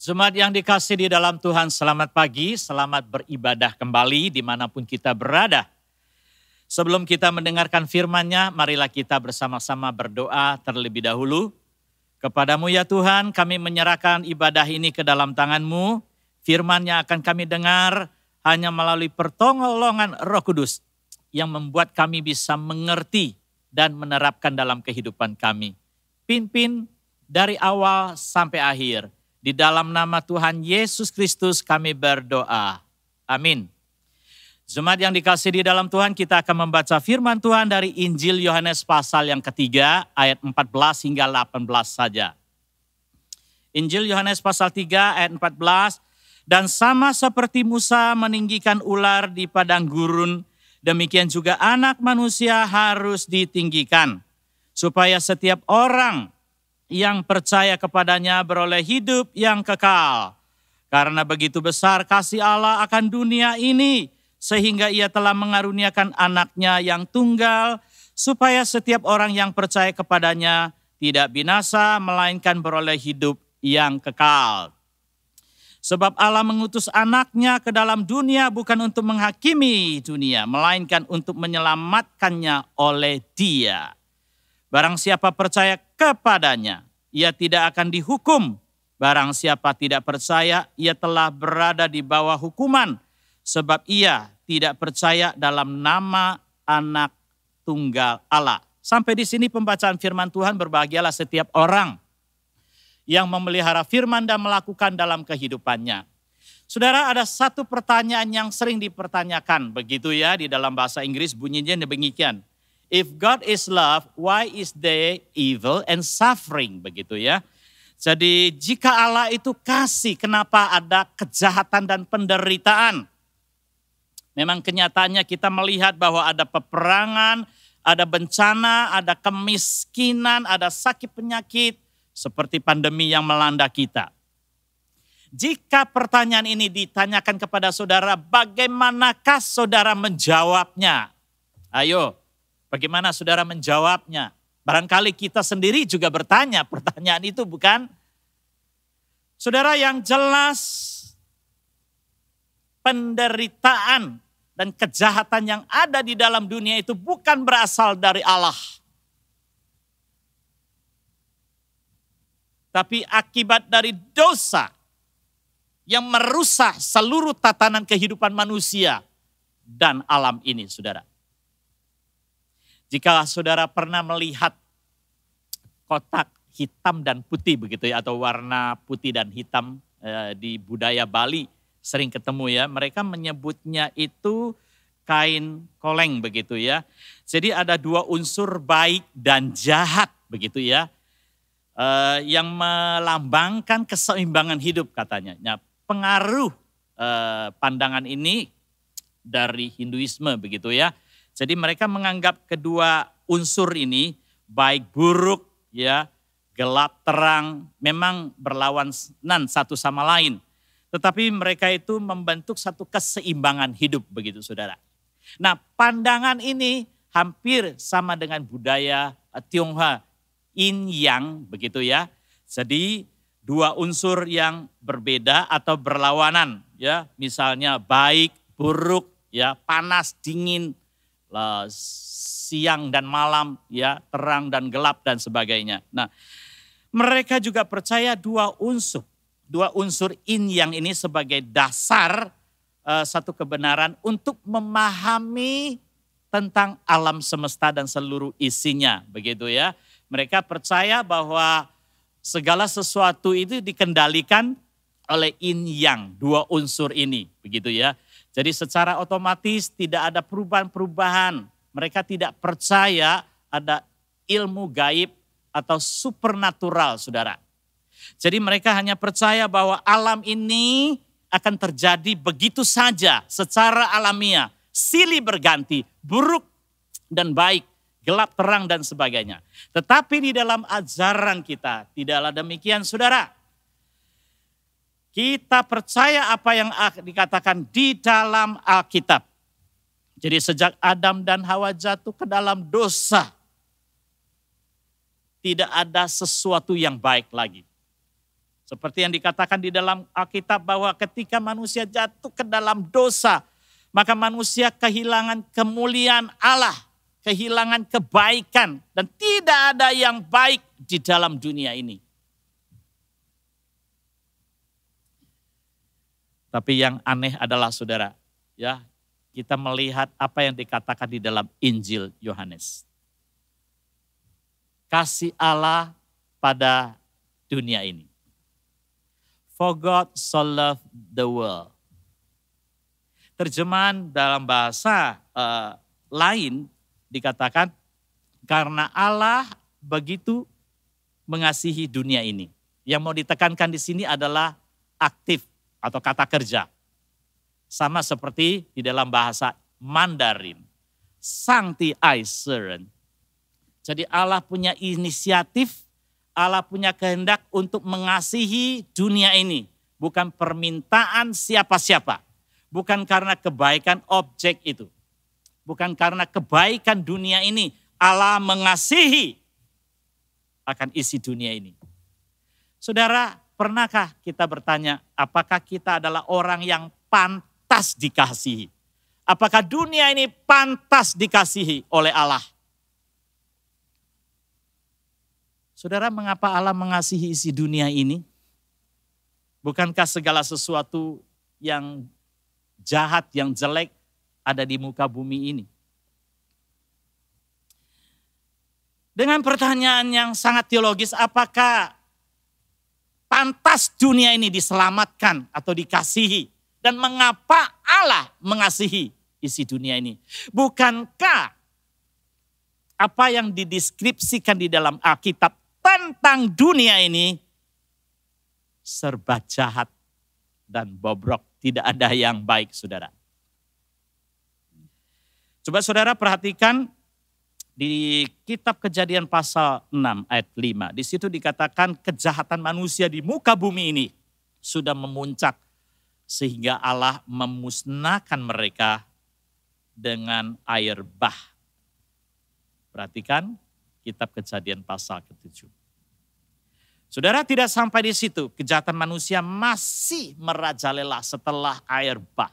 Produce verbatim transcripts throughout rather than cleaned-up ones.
Jemaat yang dikasihi di dalam Tuhan, selamat pagi, selamat beribadah kembali dimanapun kita berada. Sebelum kita mendengarkan firman-Nya, marilah kita bersama-sama berdoa terlebih dahulu. Kepadamu ya Tuhan, kami menyerahkan ibadah ini ke dalam tangan-Mu. Firman-Nya akan kami dengar hanya melalui pertolongan Roh Kudus yang membuat kami bisa mengerti dan menerapkan dalam kehidupan kami. Pimpin dari awal sampai akhir. Di dalam nama Tuhan Yesus Kristus kami berdoa. Amin. Jemaat yang dikasihi di dalam Tuhan, kita akan membaca firman Tuhan dari Injil Yohanes pasal yang ketiga, ayat empat belas hingga delapan belas saja. Injil Yohanes pasal tiga, ayat empat belas. Dan sama seperti Musa meninggikan ular di padang gurun, demikian juga anak manusia harus ditinggikan. Supaya setiap orang yang percaya kepadanya beroleh hidup yang kekal. Karena begitu besar kasih Allah akan dunia ini, sehingga ia telah mengaruniakan anaknya yang tunggal, supaya setiap orang yang percaya kepadanya tidak binasa, melainkan beroleh hidup yang kekal. Sebab Allah mengutus anaknya ke dalam dunia bukan untuk menghakimi dunia, melainkan untuk menyelamatkannya oleh Dia. Barang siapa percaya kepadanya, ia tidak akan dihukum. Barang siapa tidak percaya, ia telah berada di bawah hukuman. Sebab ia tidak percaya dalam nama anak tunggal Allah. Sampai di sini pembacaan firman Tuhan. Berbahagialah setiap orang yang memelihara firman dan melakukan dalam kehidupannya. Saudara, ada satu pertanyaan yang sering dipertanyakan. Begitu ya, di dalam bahasa Inggris bunyinya demikian. If God is love, why is there evil and suffering? Begitu ya. Jadi jika Allah itu kasih, kenapa ada kejahatan dan penderitaan? Memang kenyataannya kita melihat bahwa ada peperangan, ada bencana, ada kemiskinan, ada sakit penyakit, seperti pandemi yang melanda kita. Jika pertanyaan ini ditanyakan kepada saudara, bagaimanakah saudara menjawabnya? Ayo. Bagaimana saudara menjawabnya? Barangkali kita sendiri juga bertanya pertanyaan itu, bukan? Saudara, yang jelas penderitaan dan kejahatan yang ada di dalam dunia itu bukan berasal dari Allah. Tapi akibat dari dosa yang merusak seluruh tatanan kehidupan manusia dan alam ini, saudara. Jika saudara pernah melihat kotak hitam dan putih begitu ya, atau warna putih dan hitam eh, di budaya Bali sering ketemu ya, mereka menyebutnya itu kain koleng begitu ya. Jadi ada dua unsur baik dan jahat begitu ya, eh, yang melambangkan keseimbangan hidup katanya. Nah, pengaruh eh, pandangan ini dari Hinduisme begitu ya. Jadi mereka menganggap kedua unsur ini baik buruk ya, gelap terang memang berlawanan satu sama lain. Tetapi mereka itu membentuk satu keseimbangan hidup begitu saudara. Nah, pandangan ini hampir sama dengan budaya Tionghoa, Yin Yang begitu ya. Jadi dua unsur yang berbeda atau berlawanan ya, misalnya baik, buruk ya, panas, dingin, siang dan malam, ya, terang dan gelap dan sebagainya. Nah, mereka juga percaya dua unsur, dua unsur yin yang ini sebagai dasar uh, satu kebenaran untuk memahami tentang alam semesta dan seluruh isinya, begitu ya. Mereka percaya bahwa segala sesuatu itu dikendalikan oleh yin yang, dua unsur ini, begitu ya. Jadi secara otomatis tidak ada perubahan-perubahan. Mereka tidak percaya ada ilmu gaib atau supernatural, saudara. Jadi mereka hanya percaya bahwa alam ini akan terjadi begitu saja secara alamiah. Silih berganti, buruk dan baik, gelap terang dan sebagainya. Tetapi di dalam ajaran kita tidaklah demikian, saudara. Kita percaya apa yang dikatakan di dalam Alkitab. Jadi sejak Adam dan Hawa jatuh ke dalam dosa, tidak ada sesuatu yang baik lagi. Seperti yang dikatakan di dalam Alkitab bahwa ketika manusia jatuh ke dalam dosa, maka manusia kehilangan kemuliaan Allah, kehilangan kebaikan, dan tidak ada yang baik di dalam dunia ini. Tapi yang aneh adalah saudara, ya, kita melihat apa yang dikatakan di dalam Injil Yohanes. Kasih Allah pada dunia ini. For God so loved the world. Terjemahan dalam bahasa uh, lain dikatakan karena Allah begitu mengasihi dunia ini. Yang mau ditekankan di sini adalah aktif atau kata kerja. Sama seperti di dalam bahasa Mandarin. Sancti Eiseren. Jadi Allah punya inisiatif, Allah punya kehendak untuk mengasihi dunia ini. Bukan permintaan siapa-siapa. Bukan karena kebaikan objek itu. Bukan karena kebaikan dunia ini. Allah mengasihi akan isi dunia ini. Saudara, pernahkah kita bertanya, apakah kita adalah orang yang pantas dikasihi? Apakah dunia ini pantas dikasihi oleh Allah? Saudara, mengapa Allah mengasihi isi dunia ini? Bukankah segala sesuatu yang jahat, yang jelek ada di muka bumi ini? Dengan pertanyaan yang sangat teologis, apakah pantas dunia ini diselamatkan atau dikasihi? Dan mengapa Allah mengasihi isi dunia ini? Bukankah apa yang dideskripsikan di dalam Alkitab tentang dunia ini serba jahat dan bobrok, tidak ada yang baik, saudara. Coba saudara perhatikan di kitab Kejadian pasal enam ayat lima. Di situ dikatakan kejahatan manusia di muka bumi ini sudah memuncak sehingga Allah memusnahkan mereka dengan air bah. Perhatikan kitab Kejadian pasal ketujuh. Saudara, tidak sampai di situ, kejahatan manusia masih merajalela setelah air bah.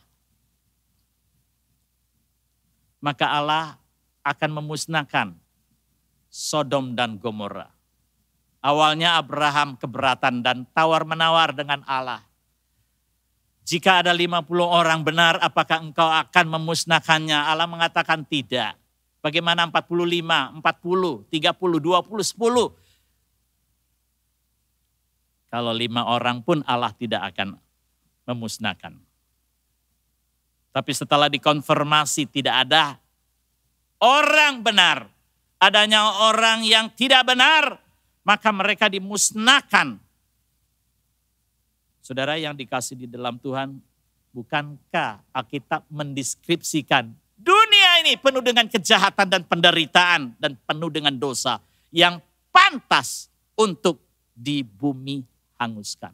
Maka Allah akan memusnahkan Sodom dan Gomora. Awalnya Abraham keberatan dan tawar-menawar dengan Allah. Jika ada lima puluh orang benar, apakah engkau akan memusnahkannya? Allah mengatakan tidak. Bagaimana empat puluh lima, empat puluh, tiga puluh, dua puluh, sepuluh? Kalau lima orang pun Allah tidak akan memusnahkan. Tapi setelah dikonfirmasi tidak ada orang benar, adanya orang yang tidak benar, maka mereka dimusnahkan. Saudara yang dikasih di dalam Tuhan, bukankah Alkitab mendeskripsikan dunia ini penuh dengan kejahatan dan penderitaan dan penuh dengan dosa yang pantas untuk di bumi hanguskan.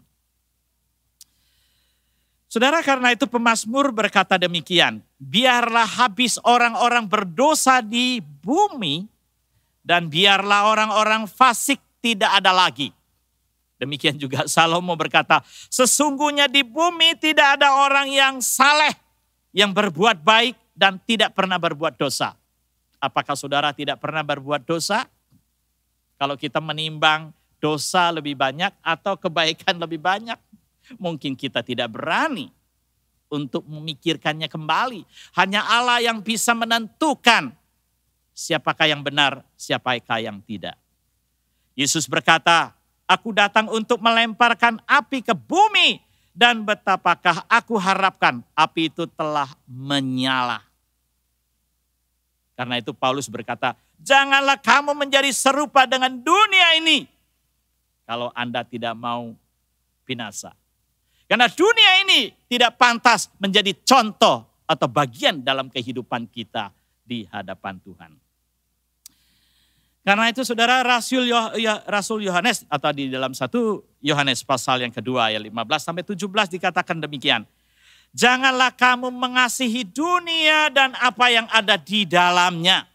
Saudara, karena itu pemazmur berkata demikian, biarlah habis orang-orang berdosa di bumi dan biarlah orang-orang fasik tidak ada lagi. Demikian juga Salomo berkata, sesungguhnya di bumi tidak ada orang yang saleh, yang berbuat baik dan tidak pernah berbuat dosa. Apakah saudara tidak pernah berbuat dosa? Kalau kita menimbang dosa lebih banyak atau kebaikan lebih banyak, mungkin kita tidak berani untuk memikirkannya kembali. Hanya Allah yang bisa menentukan siapakah yang benar, siapakah yang tidak. Yesus berkata, aku datang untuk melemparkan api ke bumi dan betapakah aku harapkan api itu telah menyala. Karena itu Paulus berkata, janganlah kamu menjadi serupa dengan dunia ini kalau Anda tidak mau binasa. Karena dunia ini tidak pantas menjadi contoh atau bagian dalam kehidupan kita di hadapan Tuhan. Karena itu saudara, Rasul Rasul Yohanes atau di dalam satu Yohanes pasal yang kedua ayat lima belas sampai tujuh belas dikatakan demikian. Janganlah kamu mengasihi dunia dan apa yang ada di dalamnya.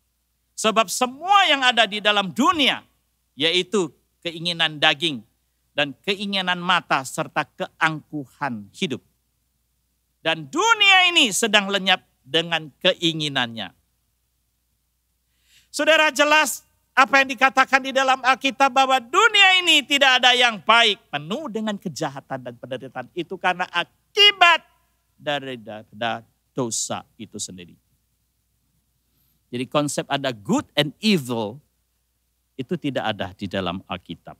Sebab semua yang ada di dalam dunia, yaitu keinginan daging, dan keinginan mata serta keangkuhan hidup. Dan dunia ini sedang lenyap dengan keinginannya. Saudara, jelas apa yang dikatakan di dalam Alkitab bahwa dunia ini tidak ada yang baik, penuh dengan kejahatan dan penderitaan. Itu karena akibat dari dosa itu sendiri. Jadi konsep ada good and evil itu tidak ada di dalam Alkitab.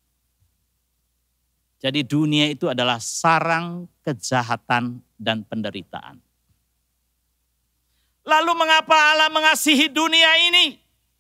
Jadi dunia itu adalah sarang kejahatan dan penderitaan. Lalu mengapa Allah mengasihi dunia ini?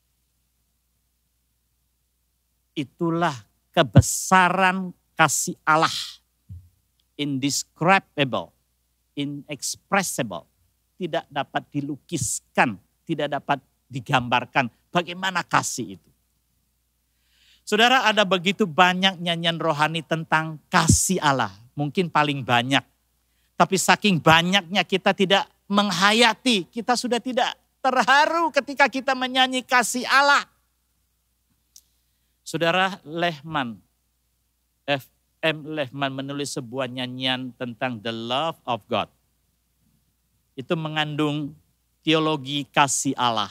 Itulah kebesaran kasih Allah. Indescribable, inexpressible. Tidak dapat dilukiskan, tidak dapat digambarkan bagaimana kasih itu. Saudara, ada begitu banyak nyanyian rohani tentang kasih Allah. Mungkin paling banyak. Tapi saking banyaknya kita tidak menghayati. Kita sudah tidak terharu ketika kita menyanyi kasih Allah. Saudara, Lehman, F M Lehman menulis sebuah nyanyian tentang the love of God. Itu mengandung teologi kasih Allah.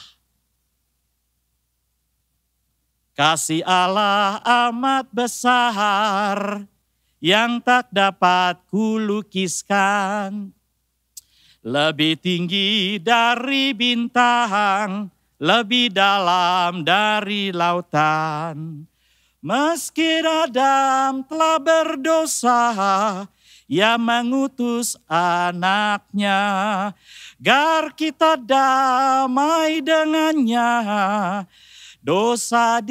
Kasih Allah amat besar yang tak dapat kulukiskan. Lebih tinggi dari bintang, lebih dalam dari lautan. Meski Adam telah berdosa, Ia mengutus anaknya, agar kita damai dengannya, dosa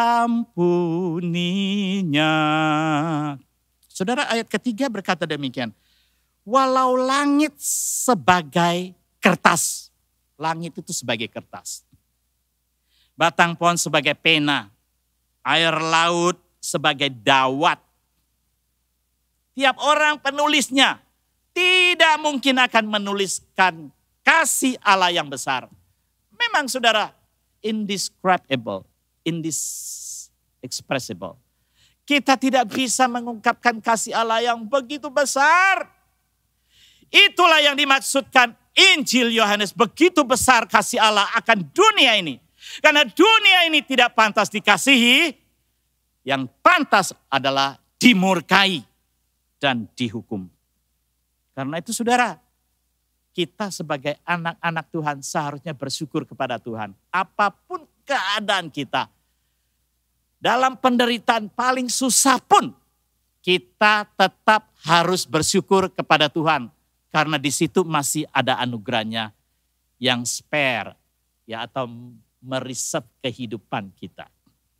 diampuninya. Saudara, ayat ketiga berkata demikian. Walau langit sebagai kertas. Langit itu sebagai kertas. Batang pohon sebagai pena. Air laut sebagai dawat. Tiap orang penulisnya tidak mungkin akan menuliskan kasih Allah yang besar. Memang saudara, indescribable, indescribable. Kita tidak bisa mengungkapkan kasih Allah yang begitu besar. Itulah yang dimaksudkan Injil Yohanes, begitu besar kasih Allah akan dunia ini. Karena dunia ini tidak pantas dikasihi, yang pantas adalah dimurkai dan dihukum. Karena itu saudara, kita sebagai anak-anak Tuhan seharusnya bersyukur kepada Tuhan. Apapun keadaan kita, dalam penderitaan paling susah pun, kita tetap harus bersyukur kepada Tuhan. Karena di situ masih ada anugerahnya yang spare, ya, atau merisep kehidupan kita.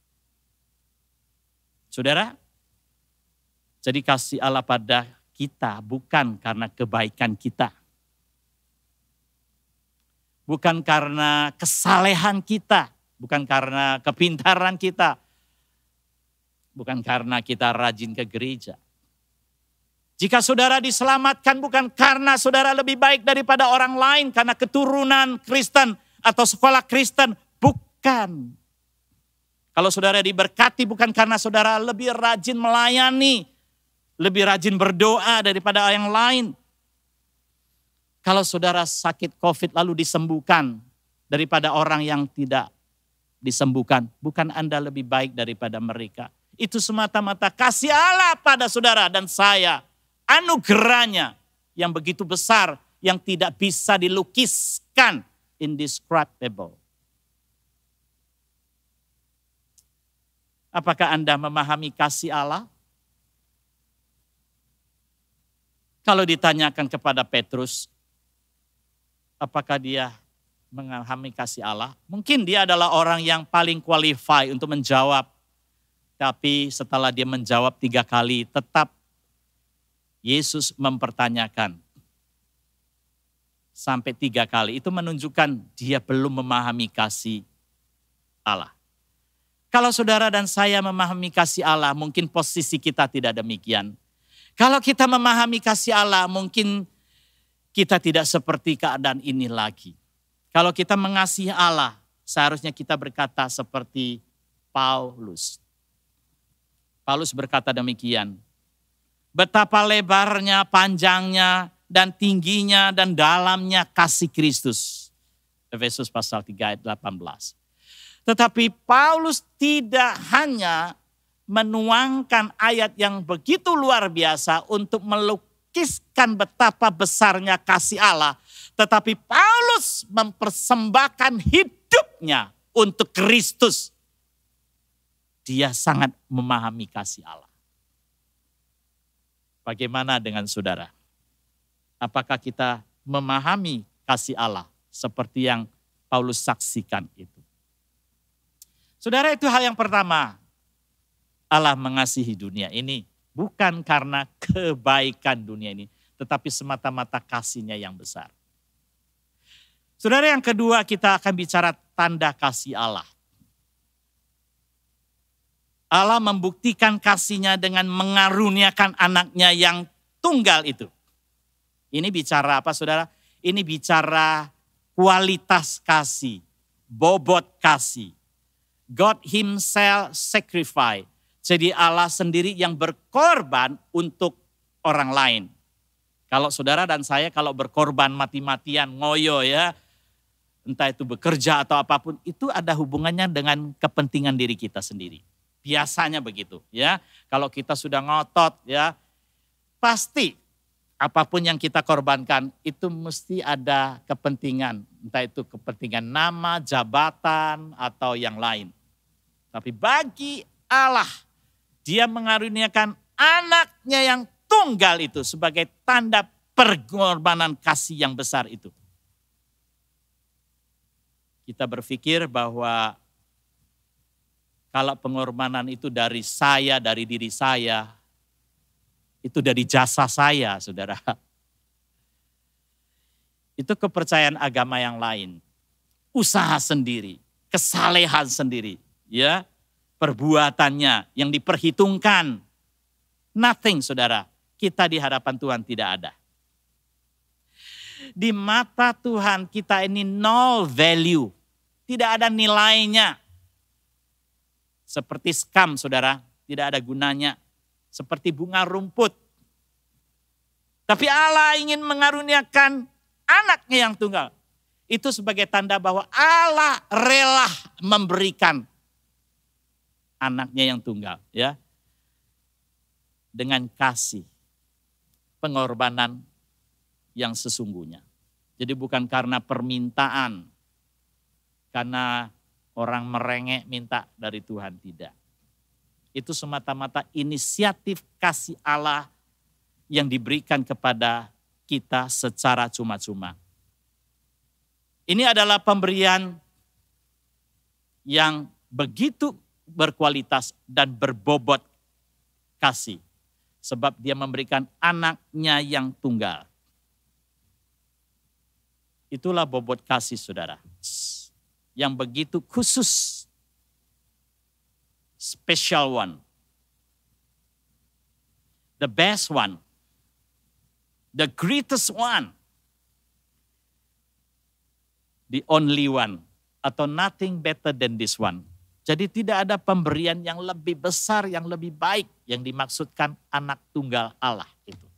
Saudara, jadi kasih Allah pada kita bukan karena kebaikan kita. Bukan karena kesalehan kita, bukan karena kepintaran kita, bukan karena kita rajin ke gereja. Jika saudara diselamatkan bukan karena saudara lebih baik daripada orang lain, karena keturunan Kristen atau sekolah Kristen, bukan. Kalau saudara diberkati bukan karena saudara lebih rajin melayani, lebih rajin berdoa daripada yang lain. Kalau saudara sakit COVID lalu disembuhkan daripada orang yang tidak disembuhkan, bukan Anda lebih baik daripada mereka. Itu semata-mata kasih Allah pada saudara dan saya. Anugerahnya yang begitu besar, yang tidak bisa dilukiskan, indescribable. Apakah Anda memahami kasih Allah? Kalau ditanyakan kepada Petrus, apakah dia memahami kasih Allah? Mungkin dia adalah orang yang paling qualify untuk menjawab. Tapi setelah dia menjawab tiga kali, tetap Yesus mempertanyakan sampai tiga kali. Itu menunjukkan dia belum memahami kasih Allah. Kalau saudara dan saya memahami kasih Allah, mungkin posisi kita tidak demikian. Kalau kita memahami kasih Allah, mungkin kita tidak seperti keadaan ini lagi. Kalau kita mengasihi Allah, seharusnya kita berkata seperti Paulus. Paulus berkata demikian. Betapa lebarnya, panjangnya, dan tingginya, dan dalamnya kasih Kristus. Efesus pasal tiga ayat delapan belas. Tetapi Paulus tidak hanya menuangkan ayat yang begitu luar biasa untuk melukiskan betapa besarnya kasih Allah. Tetapi Paulus mempersembahkan hidupnya untuk Kristus. Dia sangat memahami kasih Allah. Bagaimana dengan saudara? Apakah kita memahami kasih Allah seperti yang Paulus saksikan itu? Saudara, itu hal yang pertama. Allah mengasihi dunia ini bukan karena kebaikan dunia ini, tetapi semata-mata kasih-Nya yang besar. Saudara, yang kedua kita akan bicara tanda kasih Allah. Allah membuktikan kasih-Nya dengan mengaruniakan anaknya yang tunggal itu. Ini bicara apa saudara? Ini bicara kualitas kasih, bobot kasih. God himself sacrifice. Jadi Allah sendiri yang berkorban untuk orang lain. Kalau saudara dan saya kalau berkorban mati-matian, ngoyo ya, entah itu bekerja atau apapun, itu ada hubungannya dengan kepentingan diri kita sendiri. Biasanya begitu ya. Kalau kita sudah ngotot ya, pasti apapun yang kita korbankan itu mesti ada kepentingan. Entah itu kepentingan nama, jabatan atau yang lain. Tapi bagi Allah, Dia mengaruniakan anaknya yang tunggal itu sebagai tanda pengorbanan kasih yang besar itu. Kita berpikir bahwa kalau pengorbanan itu dari saya, dari diri saya, itu dari jasa saya, saudara. Itu kepercayaan agama yang lain. Usaha sendiri, kesalehan sendiri, ya, perbuatannya yang diperhitungkan. Nothing, saudara. Kita di hadapan Tuhan tidak ada. Di mata Tuhan kita ini nol value. Tidak ada nilainya. Seperti skam, saudara, tidak ada gunanya. Seperti bunga rumput. Tapi Allah ingin mengaruniakan anaknya yang tunggal. Itu sebagai tanda bahwa Allah rela memberikan anaknya yang tunggal. Ya, dengan kasih, pengorbanan yang sesungguhnya. Jadi bukan karena permintaan, karena orang merengek minta dari Tuhan, tidak. Itu semata-mata inisiatif kasih Allah yang diberikan kepada kita secara cuma-cuma. Ini adalah pemberian yang begitu berkualitas dan berbobot kasih. Sebab Dia memberikan anaknya yang tunggal. Itulah bobot kasih, saudara. Yang begitu khusus. Special one. The best one. The greatest one. The only one. Atau nothing better than this one. Jadi tidak ada pemberian yang lebih besar, yang lebih baik. Yang dimaksudkan anak tunggal Allah itu.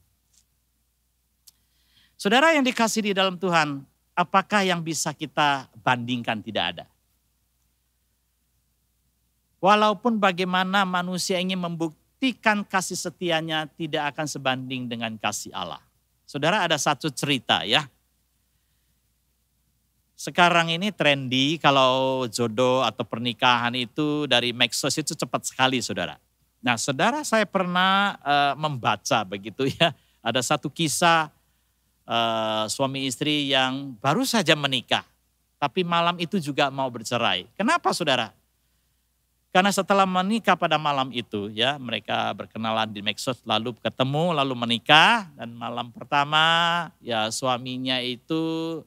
Saudara yang dikasihi di dalam Tuhan, apakah yang bisa kita bandingkan? Tidak ada. Walaupun bagaimana manusia ingin membuktikan kasih setianya, tidak akan sebanding dengan kasih Allah. Saudara, ada satu cerita ya. Sekarang ini trendy kalau jodoh atau pernikahan itu dari medsos itu cepat sekali, saudara. Nah, saudara, saya pernah uh, membaca begitu ya. Ada satu kisah uh, suami istri yang baru saja menikah. Tapi malam itu juga mau bercerai. Kenapa, saudara? Karena setelah menikah pada malam itu ya, mereka berkenalan di medsos, lalu ketemu, lalu menikah. Dan malam pertama ya suaminya itu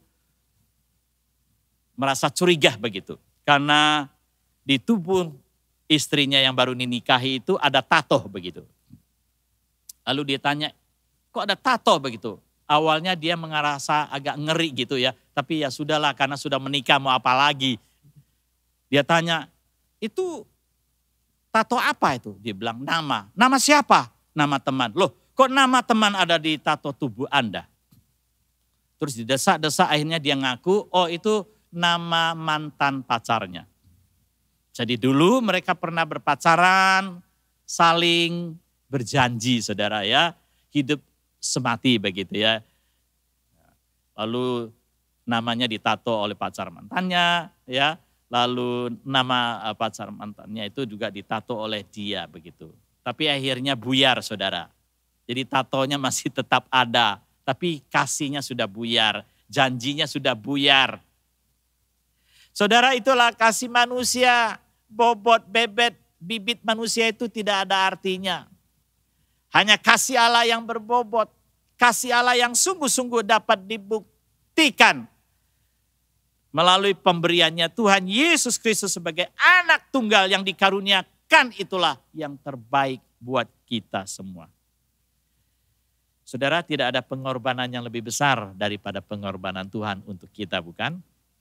merasa curiga begitu. Karena di tubuh istrinya yang baru dinikahi itu ada tato begitu. Lalu dia tanya, kok ada tato begitu? Awalnya dia merasa agak ngeri gitu ya. Tapi ya sudahlah karena sudah menikah mau apa lagi. Dia tanya, itu tato apa itu? Dia bilang nama. Nama siapa? Nama teman. Loh, kok nama teman ada di tato tubuh Anda? Terus didesak-desak akhirnya dia ngaku, oh itu nama mantan pacarnya. Jadi dulu mereka pernah berpacaran, saling berjanji saudara ya, hidup semati begitu ya. Lalu namanya ditato oleh pacar mantannya ya, lalu nama pacar mantannya itu juga ditato oleh dia begitu. Tapi akhirnya buyar saudara. Jadi tatonya masih tetap ada, tapi kasihnya sudah buyar, janjinya sudah buyar. Saudara, itulah kasih manusia, bobot, bebet, bibit manusia itu tidak ada artinya. Hanya kasih Allah yang berbobot, kasih Allah yang sungguh-sungguh dapat dibuktikan melalui pemberiannya Tuhan Yesus Kristus sebagai anak tunggal yang dikaruniakan, itulah yang terbaik buat kita semua. Saudara, tidak ada pengorbanan yang lebih besar daripada pengorbanan Tuhan untuk kita, bukan?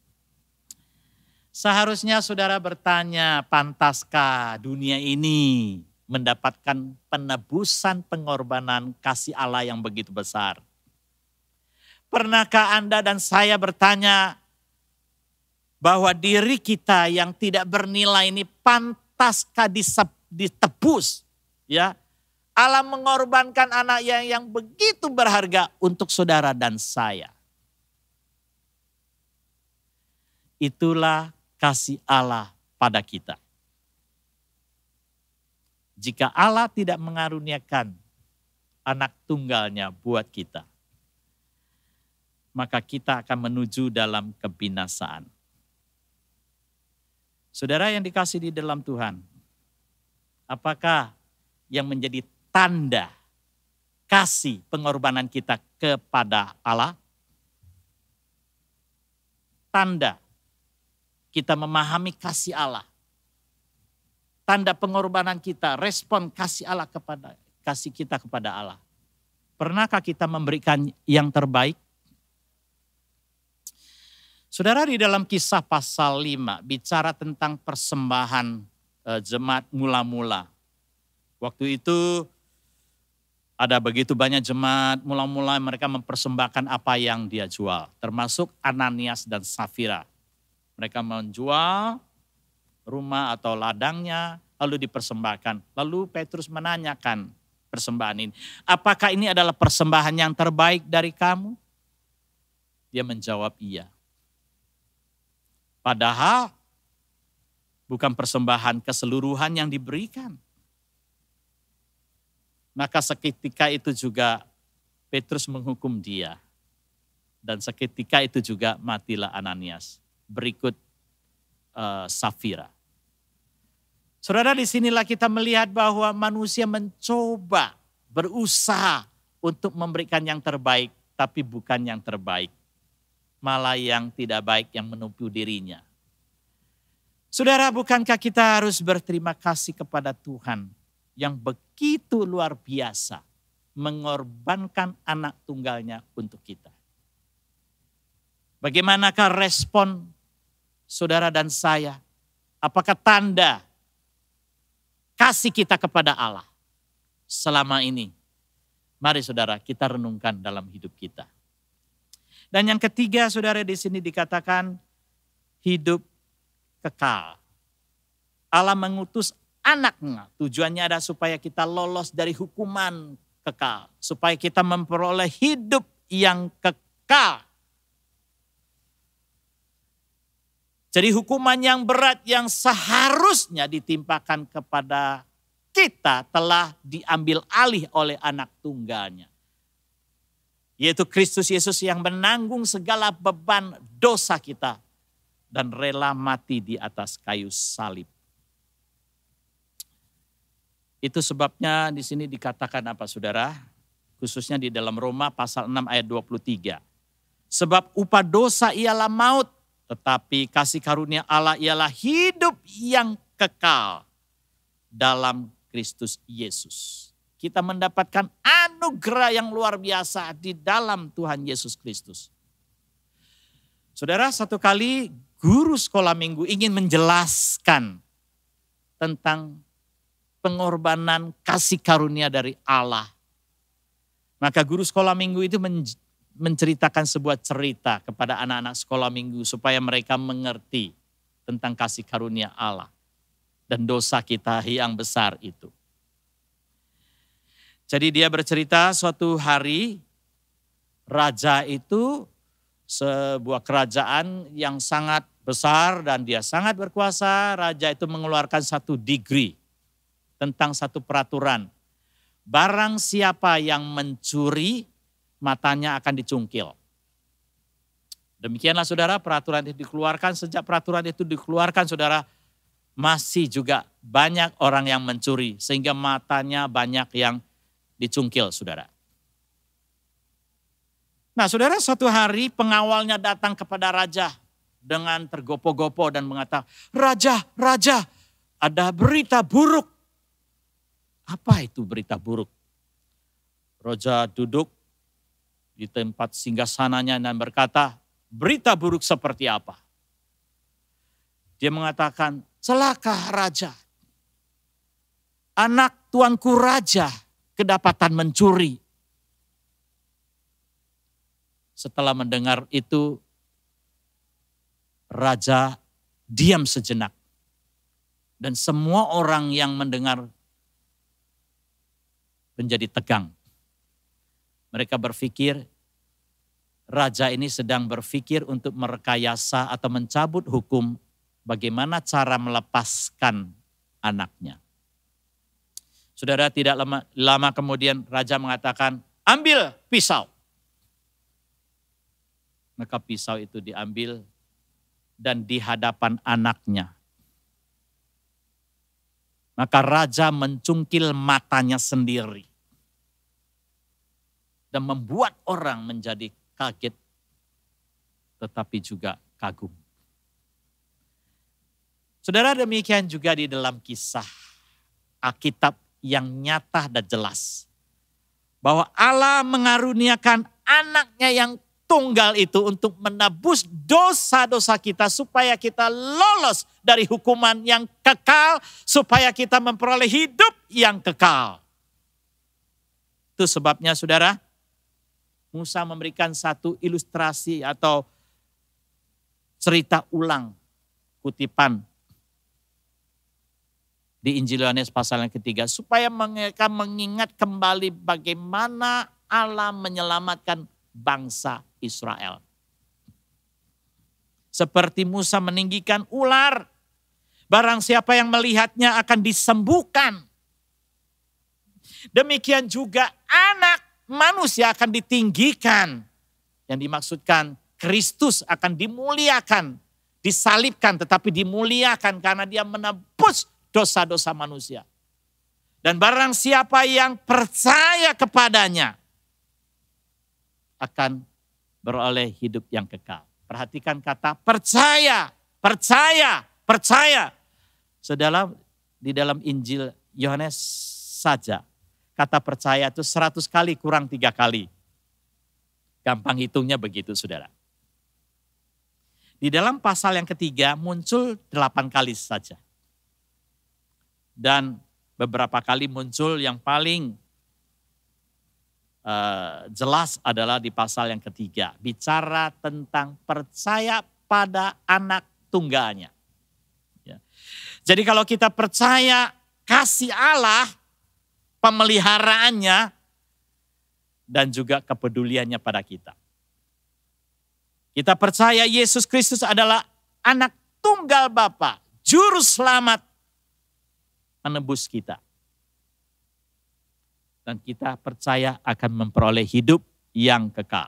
Seharusnya saudara bertanya, pantaskah dunia ini mendapatkan penebusan pengorbanan kasih Allah yang begitu besar? Pernahkah Anda dan saya bertanya bahwa diri kita yang tidak bernilai ini pantaskah ditebus? Ya, Allah mengorbankan anak yang, yang begitu berharga untuk saudara dan saya. Itulah kasih Allah pada kita. Jika Allah tidak mengaruniakan anak tunggalnya buat kita, maka kita akan menuju dalam kebinasaan. Saudara yang dikasihi di dalam Tuhan, apakah yang menjadi tanda kasih pengorbanan kita kepada Allah? Tanda kita memahami kasih Allah. Tanda pengorbanan kita, respon kasih Allah kepada kasih kita kepada Allah. Pernahkah kita memberikan yang terbaik? Saudara, di dalam Kisah pasal lima bicara tentang persembahan e, jemaat mula-mula. Waktu itu ada begitu banyak jemaat mula-mula mereka mempersembahkan apa yang dia jual. Termasuk Ananias dan Safira. Mereka menjual rumah atau ladangnya lalu dipersembahkan. Lalu Petrus menanyakan persembahan ini. Apakah ini adalah persembahan yang terbaik dari kamu? Dia menjawab iya. Padahal bukan persembahan keseluruhan yang diberikan. Maka seketika itu juga Petrus menghukum dia. Dan seketika itu juga matilah Ananias. Berikut uh, Safira. Saudara, disinilah kita melihat bahwa manusia mencoba berusaha untuk memberikan yang terbaik. Tapi bukan yang terbaik. Malah yang tidak baik yang menumpu dirinya. Saudara, bukankah kita harus berterima kasih kepada Tuhan yang begitu luar biasa mengorbankan anak tunggalnya untuk kita. Bagaimanakah respon saudara dan saya? Apakah tanda kasih kita kepada Allah selama ini? Mari saudara kita renungkan dalam hidup kita. Dan yang ketiga saudara di sini dikatakan hidup kekal. Allah mengutus anaknya, tujuannya adalah supaya kita lolos dari hukuman kekal. Supaya kita memperoleh hidup yang kekal. Jadi hukuman yang berat yang seharusnya ditimpakan kepada kita telah diambil alih oleh anak tunggalnya. Yaitu Kristus Yesus yang menanggung segala beban dosa kita. Dan rela mati di atas kayu salib. Itu sebabnya di sini dikatakan apa saudara? Khususnya di dalam Roma pasal enam ayat dua puluh tiga. Sebab upah dosa ialah maut, tetapi kasih karunia Allah ialah hidup yang kekal dalam Kristus Yesus. Kita mendapatkan anugerah yang luar biasa di dalam Tuhan Yesus Kristus. Saudara, satu kali guru sekolah minggu ingin menjelaskan tentang pengorbanan, kasih karunia dari Allah. Maka guru sekolah minggu itu menceritakan sebuah cerita kepada anak-anak sekolah minggu supaya mereka mengerti tentang kasih karunia Allah dan dosa kita yang besar itu. Jadi dia bercerita suatu hari raja itu sebuah kerajaan yang sangat besar dan dia sangat berkuasa. Raja itu mengeluarkan satu degree tentang satu peraturan. Barang siapa yang mencuri, matanya akan dicungkil. Demikianlah saudara, peraturan itu dikeluarkan. Sejak peraturan itu dikeluarkan saudara, masih juga banyak orang yang mencuri. Sehingga matanya banyak yang dicungkil saudara. Nah saudara, suatu hari pengawalnya datang kepada raja dengan tergopoh-gopoh dan mengatakan, Raja, Raja, ada berita buruk. Apa itu berita buruk? Raja duduk di tempat singgasananya dan berkata, berita buruk seperti apa? Dia mengatakan, celaka raja. Anak tuanku raja kedapatan mencuri. Setelah mendengar itu, raja diam sejenak. Dan semua orang yang mendengar menjadi tegang. Mereka berpikir, raja ini sedang berpikir untuk merekayasa atau mencabut hukum bagaimana cara melepaskan anaknya. Saudara, tidak lama, lama kemudian raja mengatakan, ambil pisau. Maka pisau itu diambil dan di hadapan anaknya. Maka raja mencungkil matanya sendiri. Dan membuat orang menjadi kaget, tetapi juga kagum. Saudara, demikian juga di dalam kisah Alkitab yang nyata dan jelas. Bahwa Allah mengaruniakan anaknya yang tunggal itu untuk menebus dosa-dosa kita supaya kita lolos dari hukuman yang kekal, supaya kita memperoleh hidup yang kekal. Itu sebabnya saudara, Musa memberikan satu ilustrasi atau cerita ulang kutipan di Injil Yohanes pasal yang ketiga, supaya mereka mengingat kembali bagaimana Allah menyelamatkan bangsa Israel. Seperti Musa meninggikan ular, barang siapa yang melihatnya akan disembuhkan. Demikian juga anak manusia akan ditinggikan. Yang dimaksudkan Kristus akan dimuliakan, disalibkan tetapi dimuliakan karena dia menebus dosa-dosa manusia. Dan barang siapa yang percaya kepadanya akan beroleh hidup yang kekal. Perhatikan kata percaya, percaya, percaya. Saudara, di dalam Injil Yohanes saja, kata percaya itu seratus kali kurang tiga kali. Gampang hitungnya begitu saudara. Di dalam pasal yang ketiga muncul delapan kali saja. Dan beberapa kali muncul yang paling uh, jelas adalah di pasal yang ketiga. Bicara tentang percaya pada anak tunggalnya. Ya. Jadi kalau kita percaya kasih Allah, pemeliharaannya, dan juga kepeduliannya pada kita. Kita percaya Yesus Kristus adalah anak tunggal Bapa, juru selamat menebus kita. Dan kita percaya akan memperoleh hidup yang kekal.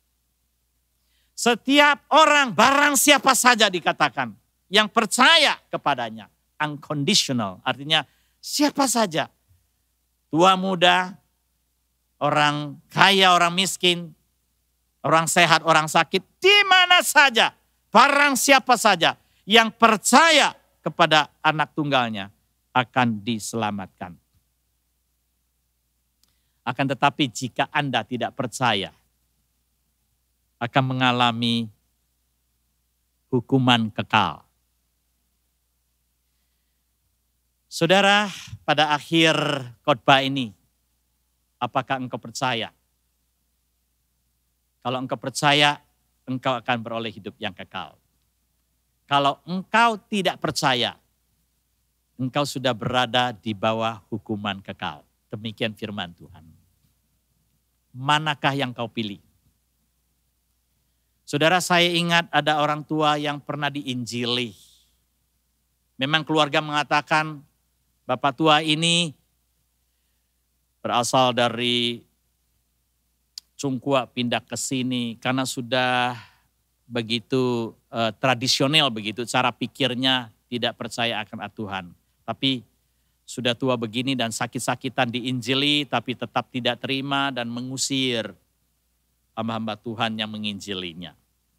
Setiap orang, barang siapa saja dikatakan, yang percaya kepadanya, unconditional, artinya siapa saja. Tua muda, orang kaya, orang miskin, orang sehat, orang sakit, di mana saja, barang siapa saja yang percaya kepada anak tunggalnya akan diselamatkan. Akan tetapi jika Anda tidak percaya, akan mengalami hukuman kekal. Saudara, pada akhir khotbah ini, apakah engkau percaya? Kalau engkau percaya, engkau akan beroleh hidup yang kekal. Kalau engkau tidak percaya, engkau sudah berada di bawah hukuman kekal. Demikian firman Tuhan. Manakah yang kau pilih? Saudara, saya ingat ada orang tua yang pernah diinjili. Memang keluarga mengatakan, Bapak tua ini berasal dari Cungkua pindah ke sini karena sudah begitu eh, tradisional begitu cara pikirnya, tidak percaya akan Tuhan. Tapi sudah tua begini dan sakit-sakitan diinjili tapi tetap tidak terima dan mengusir hamba-hamba Tuhan yang menginjilinya.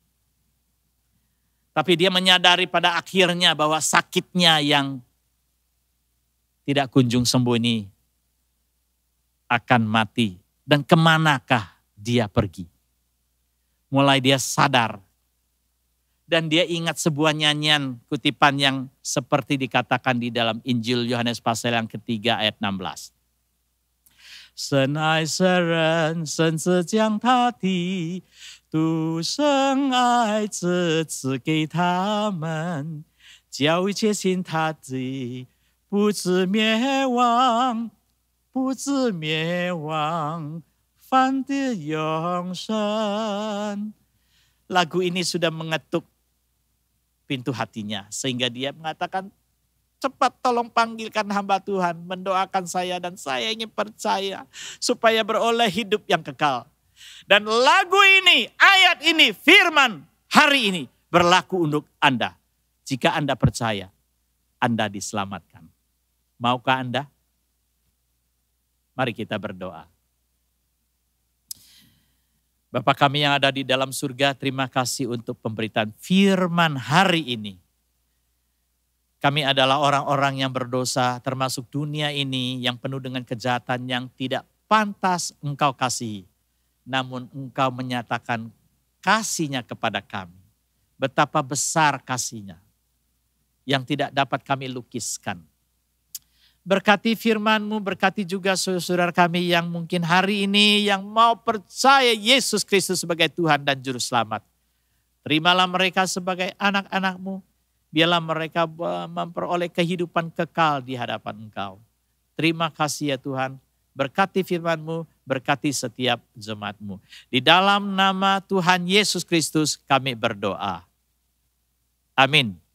Tapi dia menyadari pada akhirnya bahwa sakitnya yang tidak kunjung sembuh ini akan mati. Dan kemanakah dia pergi? Mulai dia sadar. Dan dia ingat sebuah nyanyian kutipan yang seperti dikatakan di dalam Injil Yohanes pasal yang ketiga ayat enam belas. 神爱世人，甚至将他的独生爱子赐给他们，叫一切信他的不至灭亡，不至灭亡，反得永生. Lagu ini sudah mengetuk pintu hatinya sehingga dia mengatakan, cepat tolong panggilkan hamba Tuhan, mendoakan saya dan saya ingin percaya supaya beroleh hidup yang kekal. Dan lagu ini, ayat ini, firman hari ini berlaku untuk Anda. Jika Anda percaya, Anda diselamatkan. Maukah Anda? Mari kita berdoa. Bapa kami yang ada di dalam surga, terima kasih untuk pemberitaan firman hari ini. Kami adalah orang-orang yang berdosa, termasuk dunia ini yang penuh dengan kejahatan yang tidak pantas Engkau kasihi. Namun Engkau menyatakan kasih-Nya kepada kami. Betapa besar kasih-Nya yang tidak dapat kami lukiskan. Berkati firman-Mu, berkati juga saudara kami yang mungkin hari ini yang mau percaya Yesus Kristus sebagai Tuhan dan Juru Selamat. Terimalah mereka sebagai anak-anak-Mu. Biarlah mereka memperoleh kehidupan kekal di hadapan Engkau. Terima kasih ya Tuhan. Berkati firman-Mu, berkati setiap jemaat-Mu. Di dalam nama Tuhan Yesus Kristus kami berdoa. Amin.